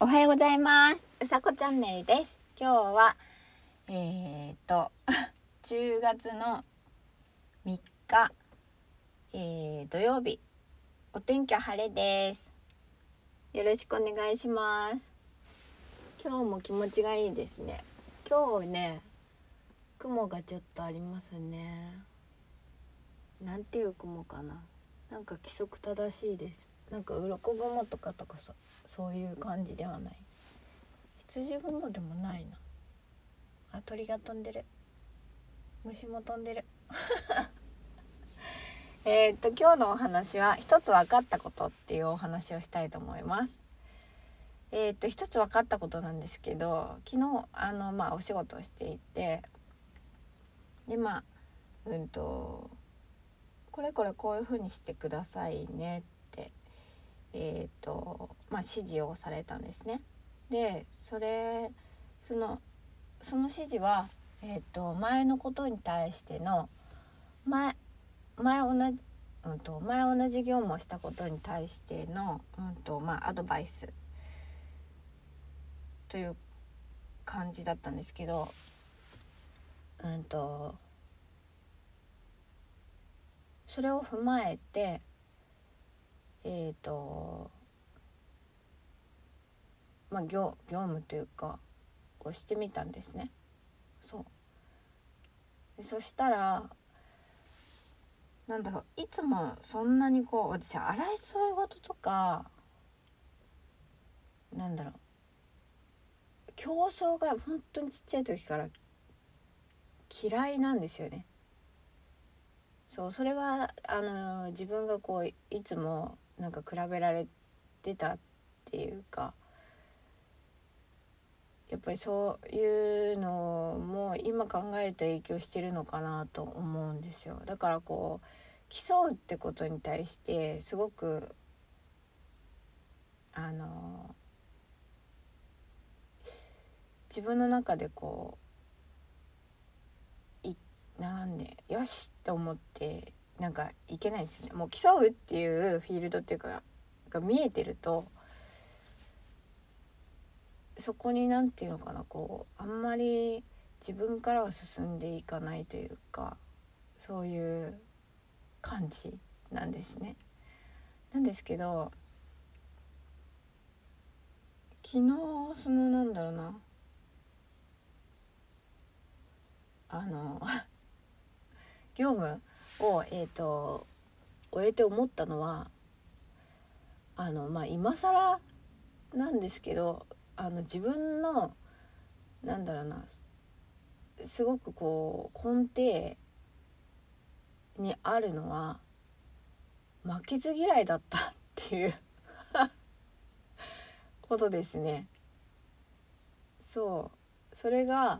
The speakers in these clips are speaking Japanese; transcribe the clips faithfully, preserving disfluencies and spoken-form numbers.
おはようございます。うさこチャンネルです。今日はえーとじゅうがつのみっか、えー、土曜日、お天気は晴れです。よろしくお願いします。今日も気持ちがいいですね。今日ね、雲がちょっとありますね。なんていう雲かな。なんか規則正しいです。なんか鱗雲とかとかそそういう感じではない。羊雲でもないな。あ、鳥が飛んでる。虫も飛んでる。えっと今日のお話は一つ分かったことっていうお話をしたいと思います。えっと一つ分かったことなんですけど、昨日あのまあお仕事をしていて、でまあうんとこれこれこういう風にしてくださいねってえっとまあ指示をされたんですね。でそれそのその指示はえっと前のことに対しての前前同じうんと前同じ業務をしたことに対してのうんとまあアドバイスという感じだったんですけど、うんとそれを踏まえてえっとまあ業業務というかをしてみたんですね。そうでそしたらなんだろういつもそんなにこう私洗い添え事とかなんだろう競争が本当にちっちゃい時から嫌いなんですよね。そうそれはあの自分がこういつもなんか比べられてたっていうか、やっぱりそういうのも今考えると影響してるのかなと思うんですよ。だからこう競うってことに対してすごくあの自分の中でこういなんでよしと思ってなんかいけないですよね。もう競うっていうフィールドっていうかが見えてるとそこになんていうのかなこうあんまり自分からは進んでいかないというかそういう感じなんですね。なんですけど昨日そのなんだろうなあの業務をえっと終えて思ったのはあのまあ今更なんですけどあの自分のなんだろうなすごくこう根底にあるのは負けず嫌いだったっていうことですね。そうそれが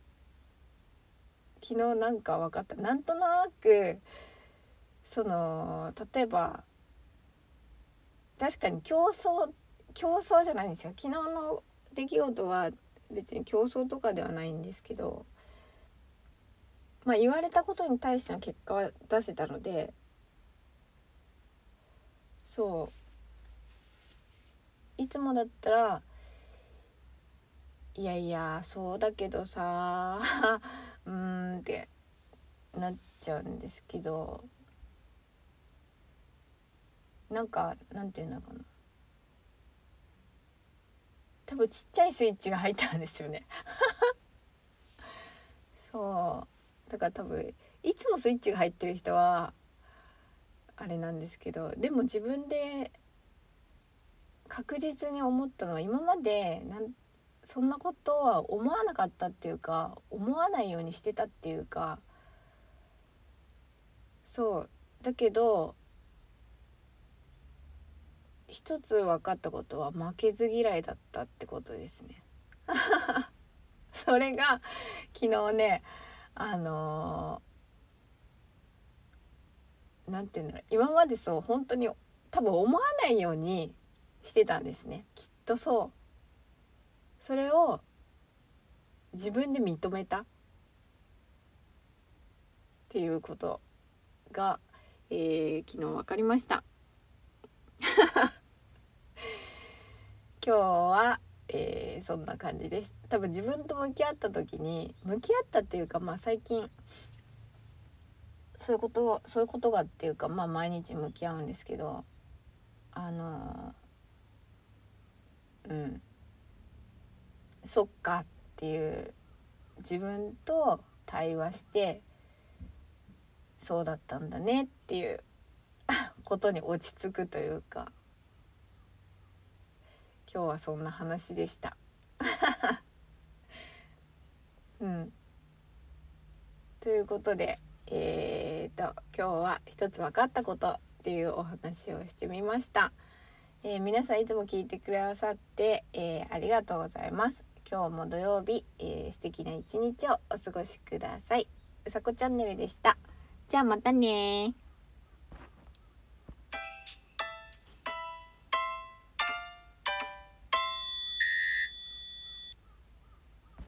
昨日なんか分かった。なんとなくその例えば確かに競争競争じゃないんですよ。昨日の出来事は別に競争とかではないんですけど、まあ言われたことに対しての結果は出せたので、そういつもだったらいやいやそうだけどさうーんってなっちゃうんですけど、なんかなんていうのかな多分ちっちゃいスイッチが入ったんですよねそうだから多分いつもスイッチが入ってる人はあれなんですけど、でも自分で確実に思ったのは今までなんそんなことは思わなかったっていうか思わないようにしてたっていうか、そうだけど一つ分かったことは負けず嫌いだったってことですねそれが昨日ねあのー、なんていうんだろう今までそう本当に多分思わないようにしてたんですね。きっとそうそれを自分で認めたっていうことが、えー、昨日分かりました今日はえー、そんな感じです。多分自分と向き合った時に向き合ったっていうか、まあ最近そういうことそういうことがっていうか、まあ毎日向き合うんですけど、あのうんそっかっていう自分と対話して、そうだったんだねっていうことに落ち着くというか、今日はそんな話でしたうんということで、えー、と今日は一つ分かったことっていうお話をしてみました。えー、皆さんいつも聞いてくださって、えー、ありがとうございます。今日も土曜日、えー、素敵な一日をお過ごしください。うさこチャンネルでした。じゃあまたね。